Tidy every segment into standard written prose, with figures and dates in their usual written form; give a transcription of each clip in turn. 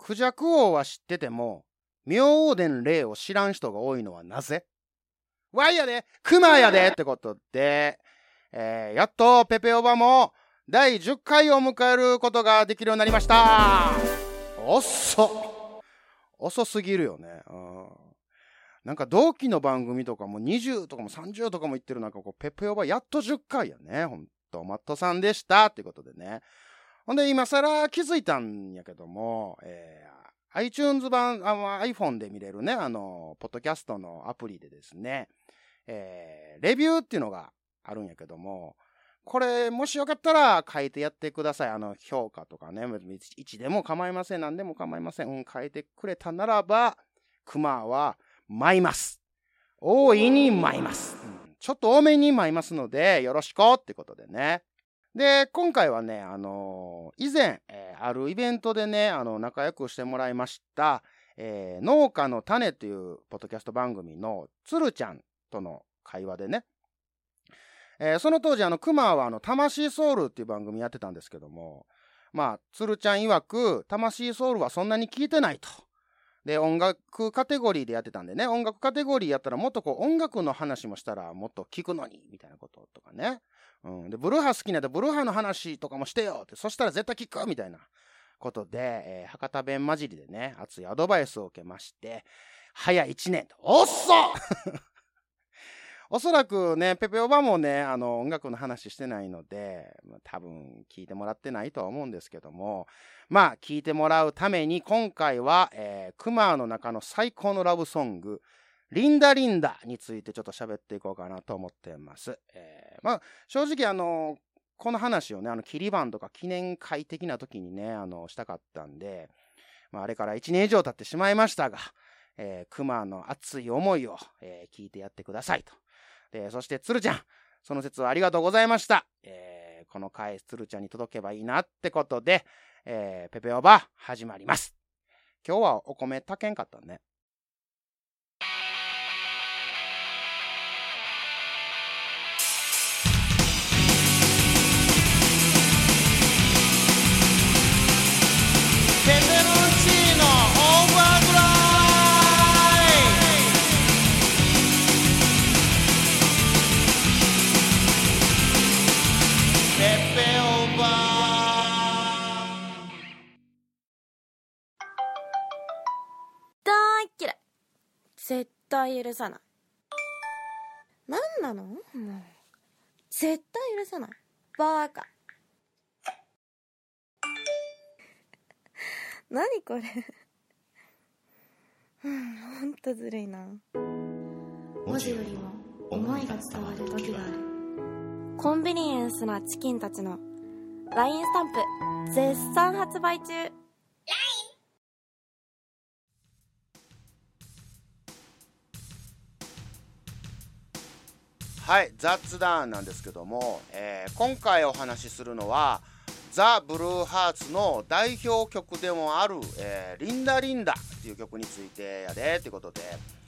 クジャク王は知ってても明殿霊を知らん人が多いのはなぜ？ワイやでクマやでってことで、やっとペペオバも第10回を迎えることができるようになりました。遅すぎるよね。なんか同期の番組とかも20とかも30とかも言ってる中、ペペオバやっと10回やね。ほんとマットさんでしたってことでね。ほんで今更気づいたんやけども、iTunes 版iPhone で見れるね、ポッドキャストのアプリでですね、レビューっていうのがあるんやけども、これもしよかったら書いてやってください。評価とかね、1でも構いません、何でも構いません。書いてくれたならば、クマは舞います。大いに舞います。ちょっと多めに舞いますので、よろしくってことでね。で、今回はね、以前、あるイベントでね、仲良くしてもらいました、農家の種っていうポッドキャスト番組のつるちゃんとの会話でね、その当時クマは魂ソウルっていう番組やってたんですけども、つるちゃん曰く魂ソウルはそんなに聞いてないと。で、音楽カテゴリーでやってたんでね、音楽カテゴリーやったらもっと音楽の話もしたらもっと聞くのにみたいなこととかね。で、ブルーハ好きなんでブルーハの話とかもしてよって、そしたら絶対聞くみたいなことで、博多弁混じりでね、熱いアドバイスを受けまして、早1年おっそおそらくね、ペペオバもね、音楽の話してないので、多分聞いてもらってないとは思うんですけども、聞いてもらうために今回は、クマの中の最高のラブソング、リンダリンダについてちょっと喋っていこうかなと思ってます。正直この話をね、切り板とか記念会的な時にね、したかったんで、あれから1年以上経ってしまいましたが、クマの熱い思いを、聞いてやってくださいと。で、そしてつるちゃん、その説はありがとうございました。この回つるちゃんに届けばいいなってことで、ペペオバ始まります。今日はお米炊けんかったね。ペペロンチーノオーバードライ。ペペオバ大嫌い。絶対許さない。なんなの？もう絶対許さない。バーカ。何これほんとずるいな。文字よりも思いが伝わる時がある。コンビニエンスなチキンたちの LINE スタンプ絶賛発売中。 はい、雑談なんですけども、今回お話しするのはザ・ブルーハーツの代表曲でもある、リンダリンダっていう曲についてやでってことで、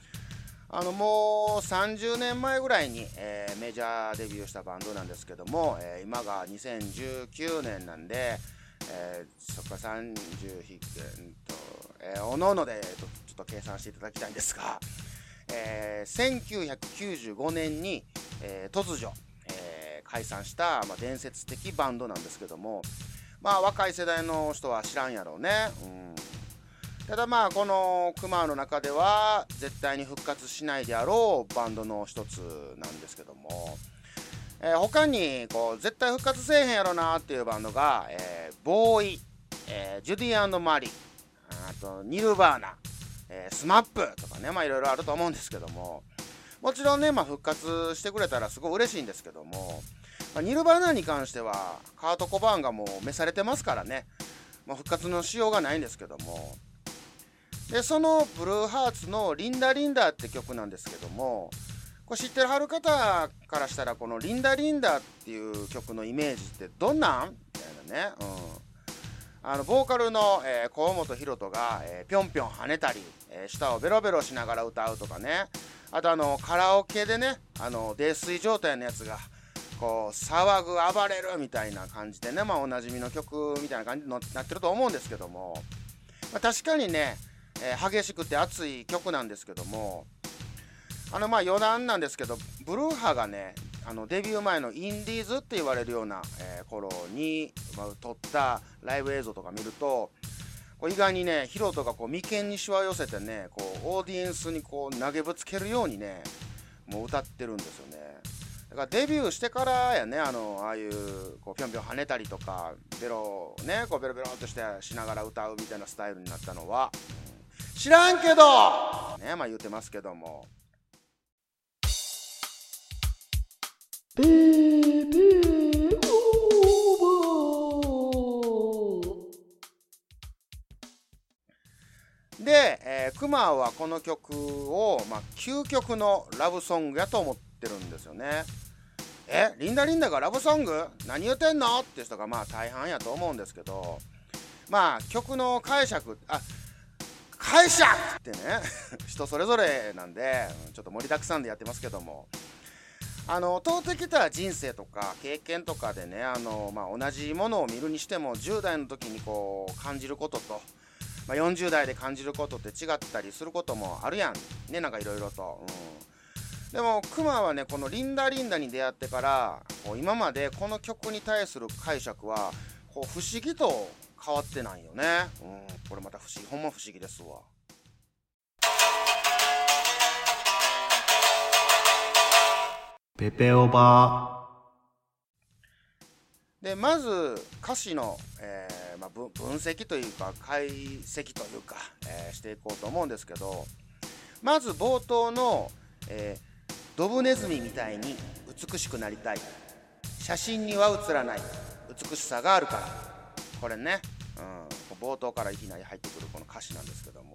もう30年前ぐらいに、メジャーデビューしたバンドなんですけども、今が2019年なんで、そっか30引くおのおのでちょっと計算していただきたいんですが、1995年に、突如、解散した、伝説的バンドなんですけども、若い世代の人は知らんやろうね。ただこのクマの中では絶対に復活しないであろうバンドの一つなんですけども、他に絶対復活せえへんやろなっていうバンドが、ボーイ、ジュディ&マリ、あとニルバーナ、スマップとかね、いろいろあると思うんですけども、もちろんね、復活してくれたらすごい嬉しいんですけども、ニルバーナに関してはカート・コバーンがもう召されてますからね、復活のしようがないんですけども、でそのブルーハーツのリンダリンダって曲なんですけども、これ知ってるはる方からしたらこのリンダリンダっていう曲のイメージってどんなんみたいなね、ボーカルの、河本大翔が、ぴょんぴょん跳ねたり、舌をベロベロしながら歌うとかね、あとカラオケでね、泥酔状態のやつが騒ぐ暴れるみたいな感じでね、おなじみの曲みたいな感じになってると思うんですけども、 確かにね、激しくて熱い曲なんですけども、余談なんですけど、ブルーハがね、デビュー前のインディーズって言われるような、頃に、撮ったライブ映像とか見ると、意外にね、ヒロトが眉間にしわ寄せてね、オーディエンスに投げぶつけるようにね、もう歌ってるんですよね。だからデビューしてからやね、ああいうぴょんぴょん跳ねたりとか、ベロね、ベロベロっとしてしながら歌うみたいなスタイルになったのは、知らんけどね、言ってますけども。で、クマはこの曲を、究極のラブソングやと思ってるんですよね。リンダリンダがラブソング何言ってんのって人が大半やと思うんですけど、曲の解釈ってね人それぞれなんで、ちょっと盛りだくさんでやってますけども、通ってきた人生とか経験とかでね、同じものを見るにしても10代の時に感じることと、40代で感じることって違ったりすることもあるやんね、なんかいろいろと、でもクマはね、このリンダリンダに出会ってから今までこの曲に対する解釈は不思議と変わってないよね。これまたほんま不思議ですわ。 ペペオバでまず歌詞の、分析というか解析というか、していこうと思うんですけど、まず冒頭の、ドブネズミみたいに美しくなりたい、写真には写らない美しさがあるから、これね、冒頭からいきなり入ってくるこの歌詞なんですけども、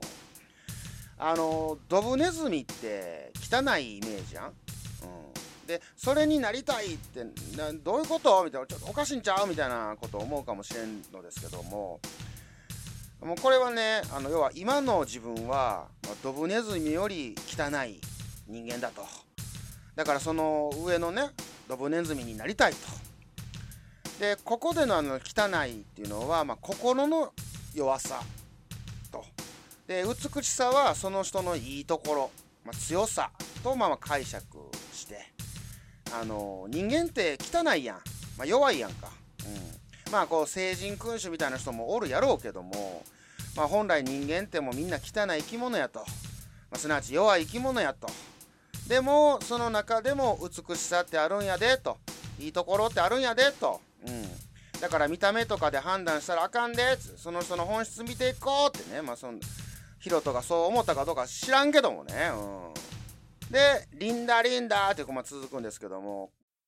ドブネズミって汚いイメージやん。でそれになりたいってどういうことみたいな、ちょっとおかしいんちゃうみたいなことを思うかもしれんのですけども、もうこれはね、要は今の自分はドブネズミより汚い人間だと。だからその上のね、ドブネズミになりたいと。でここでの汚いっていうのは、心の弱さと。で美しさはその人のいいところ、強さと解釈して、人間って汚いやん、弱いやんか。聖人君主みたいな人もおるやろうけども、本来人間ってもうみんな汚い生き物やと、すなわち弱い生き物やと。でもその中でも美しさってあるんやでと、いいところってあるんやでと、だから見た目とかで判断したらあかんで、その人の本質見ていこうってね、ヒロトがそう思ったかどうか知らんけどもね。でリンダリンダって続くんですけども、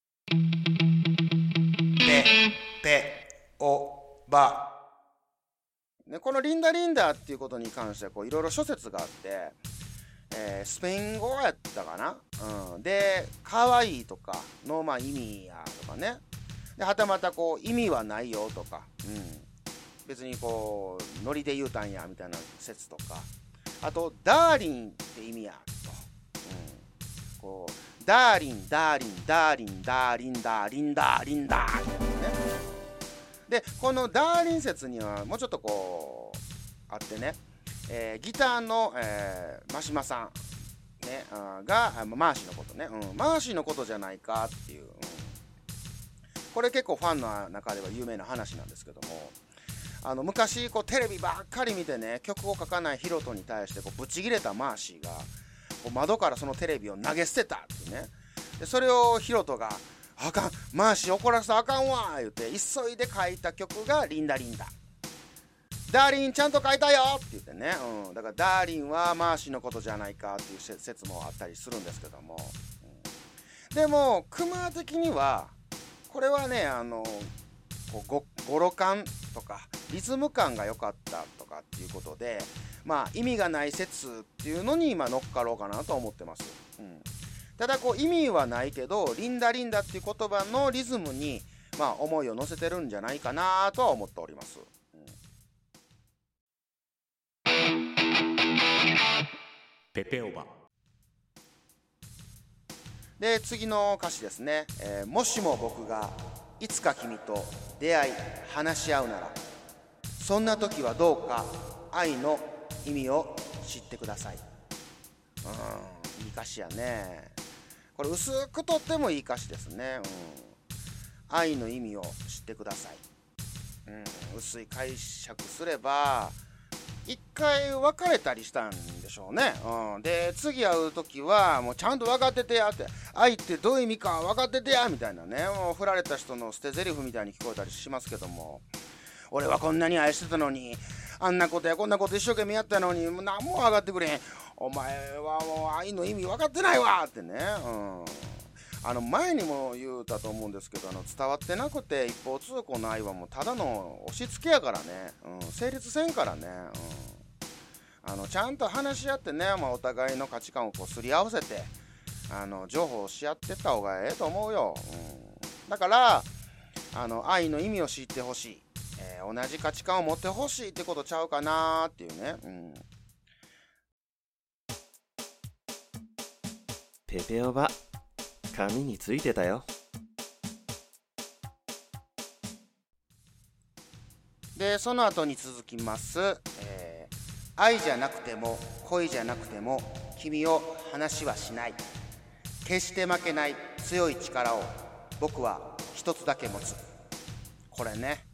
ペオバ、ね、このリンダリンダっていうことに関してはいろいろ諸説があって、スペイン語やったかな、で可愛いとかの意味やとかね、ではたまた意味はないよとか、別にノリで言うたんやみたいな説とか、あとダーリンって意味やと、ダーリンダーリンダーリンダーリンダーリンダーリンダーみたいなね。でこのダーリン説にはもうちょっとあってね、ギターの、真島さん、ね、がマーシーのことね、マーシーのことじゃないかっていう、これ結構ファンの中では有名な話なんですけども、昔テレビばっかり見てね、曲を書かないヒロトに対してブチギレたマーシーが窓からそのテレビを投げ捨てたってね。でそれをヒロトがあかん、マーシー怒らせたらあかんわ言って急いで書いた曲がリンダリンダ。ダーリンちゃんと書いたよって言ってね、だからダーリンはマーシーのことじゃないかっていう説もあったりするんですけども、でもクマ的にはこれはね、語呂感とかリズム感が良かったとかっていうことで、意味がない説っていうのに今乗っかろうかなと思ってます。ただ意味はないけどリンダリンダっていう言葉のリズムに思いを乗せてるんじゃないかなとは思っております。 ペペオバで次の歌詞ですね、もしも僕がいつか君と出会い話し合うなら、そんな時はどうか愛の意味を知ってください。いい歌詞やね。これ薄くとってもいい歌詞ですね。愛の意味を知ってください。薄い解釈すれば一回別れたりしたんでしょうね。で次会う時はもうちゃんと分かっててやって、愛ってどういう意味か分かっててやみたいなね、もう振られた人の捨て台詞みたいに聞こえたりしますけども、俺はこんなに愛してたのに、あんなことやこんなこと一生懸命やったのに何も分かってくれへん、お前はもう愛の意味分かってないわってね。前にも言うたと思うんですけど、伝わってなくて一方通行の愛はもうただの押し付けやからね、成立せんからね。ちゃんと話し合ってね、お互いの価値観をこうすり合わせて情報をし合ってった方がええと思うよ。だから愛の意味を知ってほしい、同じ価値観を持ってほしいってことちゃうかなっていうね。 ペペオバ紙についてたよ。 でその後に続きます、愛じゃなくても恋じゃなくても君を話はしない、決して負けない強い力を僕は一つだけ持つ。これね、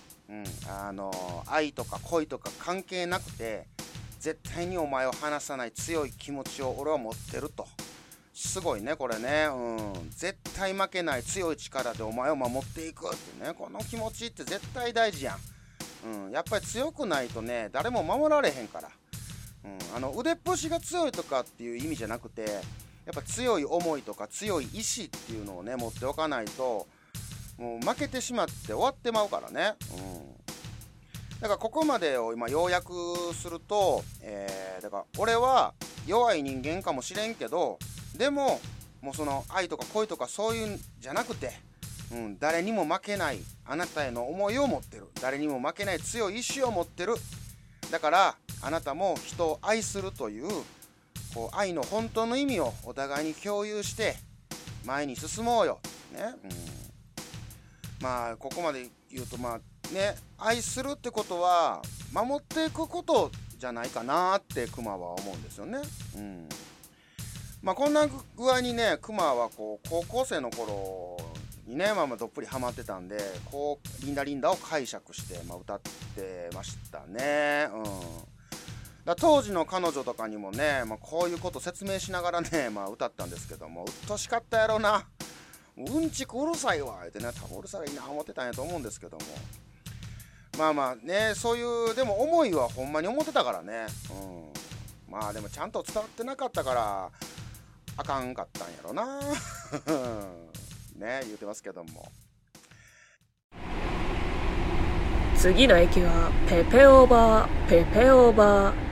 愛とか恋とか関係なくて絶対にお前を離さない強い気持ちを俺は持ってると。すごいねこれね。絶対負けない強い力でお前を守っていくってね、この気持ちって絶対大事やん。やっぱり強くないとね誰も守られへんから。腕っぷしが強いとかっていう意味じゃなくて、やっぱ強い思いとか強い意志っていうのをね持っておかないともう負けてしまって終わってまうからね。だからここまでを今要約すると、だから俺は弱い人間かもしれんけど、でももうその愛とか恋とかそういうんじゃなくて、誰にも負けないあなたへの思いを持ってる、誰にも負けない強い意志を持ってる。だからあなたも人を愛するという、こう愛の本当の意味をお互いに共有して前に進もうよね。ここまで言うと愛するってことは守っていくことじゃないかなってクマは思うんですよね。こんな具合にねクマはこう高校生の頃にねどっぷりハマってたんで、こうリンダリンダを解釈して、歌ってましたね。当時の彼女とかにもね、こういうこと説明しながらね、歌ったんですけども、うっとしかったやろな。うんちくうるさいわってね、多分うるさいな思ってたんやと思うんですけども、ね、そういうでも思いはほんまに思ってたからね。でもちゃんと伝わってなかったからあかんかったんやろなね、言うてますけども。 次の駅はペペオーバー、ペペオーバー。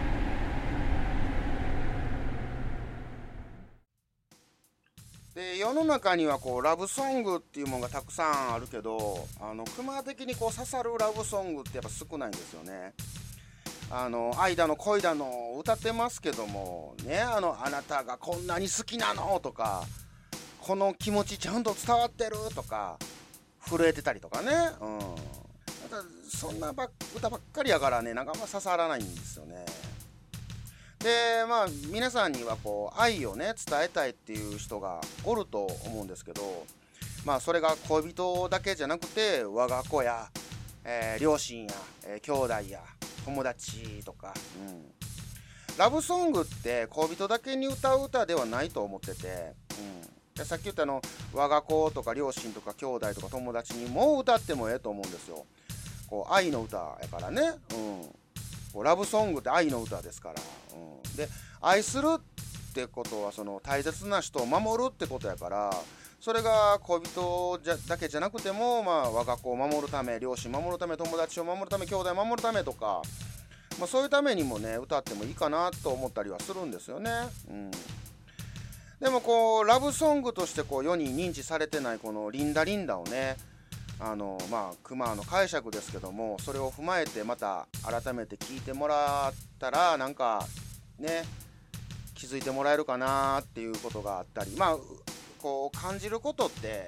で世の中にはこうラブソングっていうものがたくさんあるけど、クマ的にこう刺さるラブソングってやっぱ少ないんですよね。愛だの恋だの歌ってますけどもね、あなたがこんなに好きなのとか、この気持ちちゃんと伝わってるとか震えてたりとかね。そんな歌ばっかりやからね、なんか刺さらないんですよね。で皆さんにはこう愛をね伝えたいっていう人がおると思うんですけど、それが恋人だけじゃなくて我が子や、両親や、兄弟や友達とか、ラブソングって恋人だけに歌う歌ではないと思ってて、でさっき言った我が子とか両親とか兄弟とか友達にも歌ってもええと思うんですよ。こう愛の歌やからね。こうラブソングって愛の歌ですから。で愛するってことはその大切な人を守るってことやから、それが恋人だけじゃなくても、我が子を守るため、両親守るため、友達を守るため、兄弟を守るためとか、そういうためにもね歌ってもいいかなと思ったりはするんですよね。でもこうラブソングとしてこう世に認知されてないこのリンダリンダをね、クマの解釈ですけども、それを踏まえてまた改めて聞いてもらったらなんかね気づいてもらえるかなっていうことがあったり、こう感じることって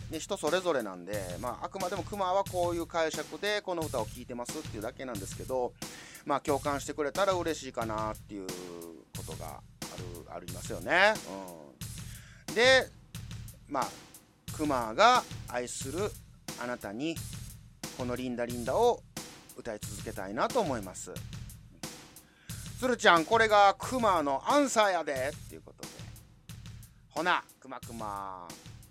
ね、人それぞれなんで、あくまでもクマはこういう解釈でこの歌を聴いてますっていうだけなんですけど、共感してくれたら嬉しいかなっていうことがありますよね。で、クマが愛するあなたにこのリンダリンダを歌い続けたいなと思います。つるちゃん、これがクマのアンサーやでっていうことで、ほなクマクマ。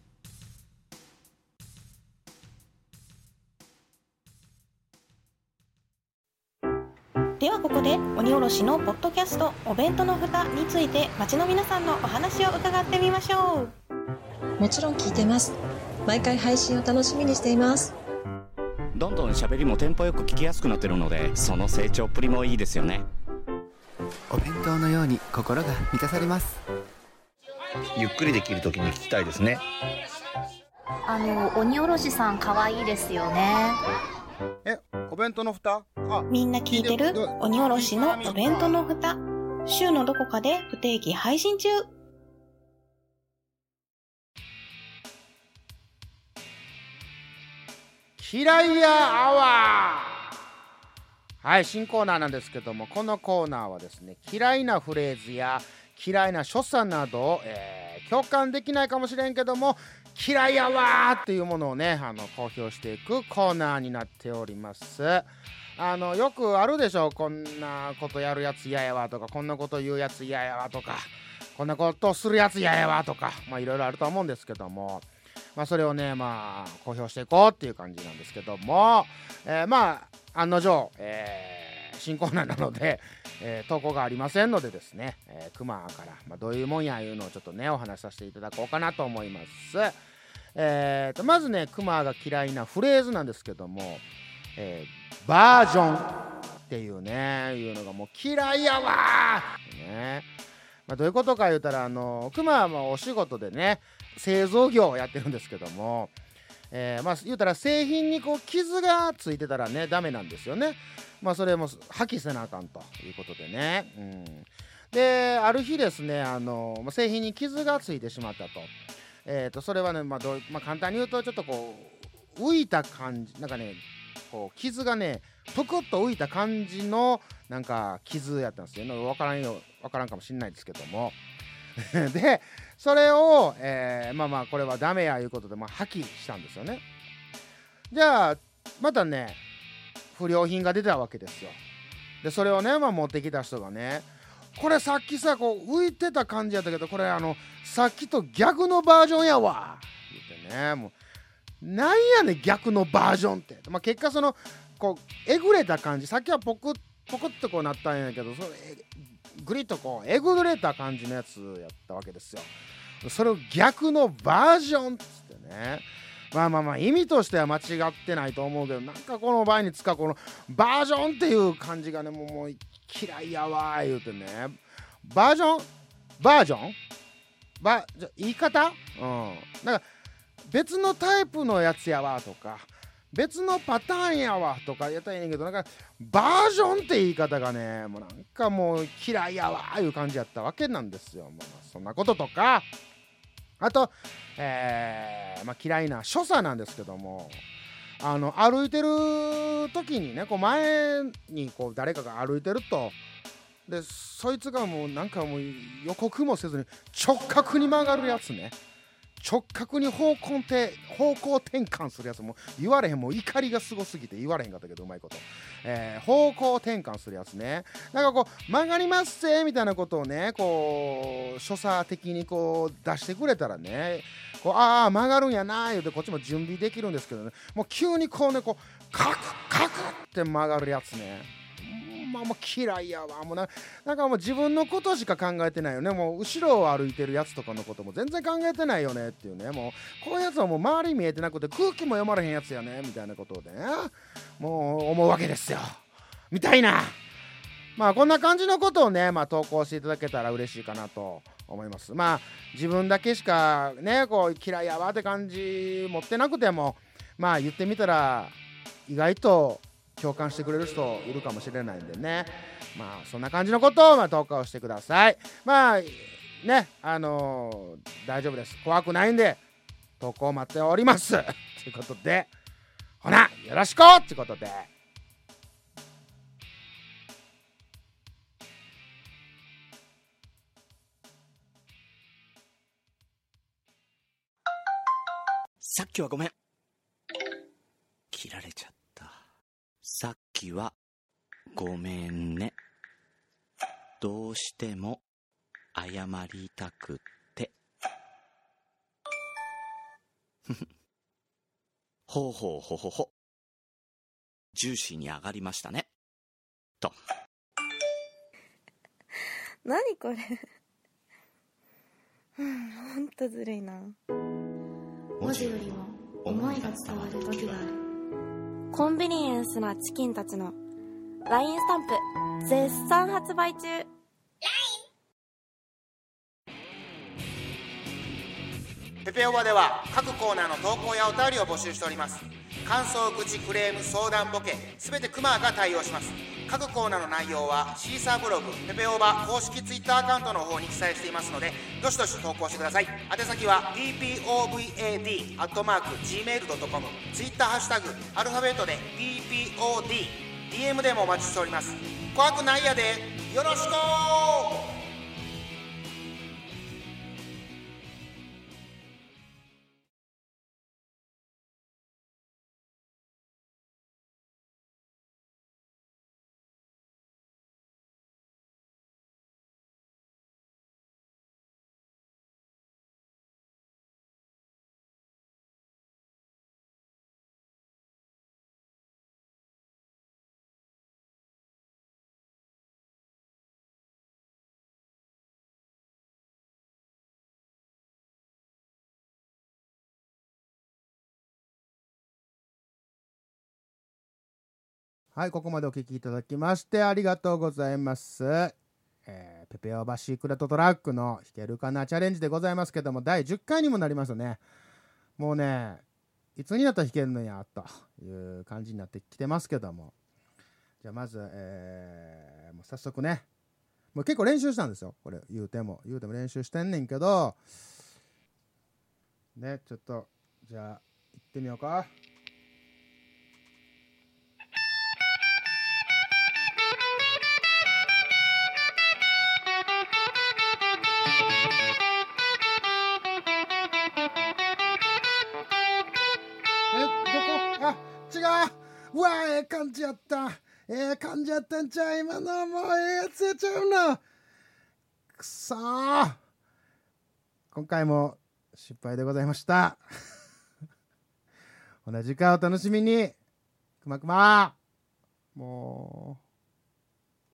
ではここで鬼おろしのポッドキャストお弁当の蓋について町の皆さんのお話を伺ってみましょう。もちろん聞いてます。毎回配信を楽しみにしています。 どんどん喋りもテンポよく聞きやすくなってるので、その成長っぷりもいいですよね。 お弁当のように心が満たされます。 ゆっくりできるときに聞きたいですね。 鬼おろしさん可愛いですよね。 お弁当の蓋、 みんな聞いてる鬼おろしのお弁当の蓋、週のどこかで不定期配信中。 嫌いやアワー。はい、新コーナーなんですけども、このコーナーはですね、嫌いなフレーズや嫌いな所作などを、共感できないかもしれんけども嫌いやわーっていうものをね、公表していくコーナーになっております。よくあるでしょ、こんなことやるやつ嫌やわとか、こんなこと言うやつ嫌やわとか、こんなことするやつ嫌やわとか、いろいろあると思うんですけども、それをね、公表していこうっていう感じなんですけども、案の定、新コーナーなので、投稿がありませんのでですね、クマから、どういうもんやいうのをちょっとねお話しさせていただこうかなと思います。まずね、クマが嫌いなフレーズなんですけども、バージョンっていうね、いうのがもう嫌いやわー、ね。どういうことか言うたら、クマはお仕事でね製造業をやってるんですけども、言うたら製品に傷がついてたらねダメなんですよね。それも破棄せなあかんということでね、である日ですね、製品に傷がついてしまったと、それはね、簡単に言うとちょっと浮いた感じ、なんかね傷がねぷくっと浮いた感じのなんか傷やったんですよね。分からんかもしれないですけどもでそれを、これはダメやいうことで、破棄したんですよね。じゃあまたね不良品が出たわけですよ。でそれをね、持ってきた人がね、これさっきさ浮いてた感じやったけど、これさっきと逆のバージョンやわ言ってね、もうなんやねん逆のバージョンって、結果そのえぐれた感じ、さっきはポクッとなったんやけど、それグリッとえぐれた感じのやつやったわけですよ。それを逆のバージョンっつってね、意味としては間違ってないと思うけど、なんかこの場合に使うこのバージョンっていう感じがね、もう嫌いやわー言うてね、バージョン言い方、なんか別のタイプのやつやわとか別のパターンやわとかやったらいいねんけど、なんかバージョンって言い方がね、もうなんかもう嫌いやわいう感じやったわけなんですよ。そんなこととか、あと、嫌いな所作なんですけども、歩いてる時にね、前に誰かが歩いてると、でそいつがもうなんかもう予告もせずに直角に曲がるやつね、直角に方向転換するやつ、も言われへん、もう怒りがすごすぎて言われへんかったけどうまいこと、方向転換するやつね、なんか曲がりますせみたいなことをね所作的に出してくれたらね、曲がるんやなー言うてこっちも準備できるんですけどね、もう急にカクって曲がるやつね、もう嫌いやわ。もうなんかもう自分のことしか考えてないよね。もう後ろを歩いてるやつとかのことも全然考えてないよねっていうね、もうこういうやつはもう周り見えてなくて空気も読まれへんやつやねみたいなことでね、もう思うわけですよみたいな、こんな感じのことをね、投稿していただけたら嬉しいかなと思います。自分だけしかね嫌いやわって感じ持ってなくても、言ってみたら意外と共感してくれる人いるかもしれないんでね、そんな感じのことを投稿してください。大丈夫です、怖くないんで投稿待っておりますということで、ほなよろしくということで、 さっきはごめん。切られちゃった。さっきはごめんね。どうしても謝りたくって。ほうほうほほほ。ジューシーに上がりましたね。と。 何これ。ほんとずるいな。 文字よりも思いが伝わる時がある。 コンビニエンスなチキンたちの LINE スタンプ絶賛発売中。 ペペオバでは各コーナーの投稿やお便りを募集しております。感想、愚痴、クレーム、相談、ボケ、すべてクマが対応します。各コーナーの内容はシーサーブログ、ペペオバ公式ツイッターアカウントの方に記載していますので、どしどし投稿してください。宛先は ppovad@gmail.com、 ツイッターハッシュタグアルファベットで ppod、 DM でもお待ちしております。怖くないやで、よろしく。はい、ここまでお聞きいただきましてありがとうございます。ペペオバシークレットトラックの弾けるかなチャレンジでございますけども、第10回にもなりますね。もうね、いつになったら弾けるのやという感じになってきてますけども、じゃあまず、もう早速ね、もう結構練習したんですよ。これ言うても練習してんねんけどね、ちょっとじゃあ行ってみようか。違う。うわ、感じやった。感じやったんちゃう。今のはもうやつやちゃうな。くそー。今回も失敗でございました。同じ回お楽しみに。くまくま。もう。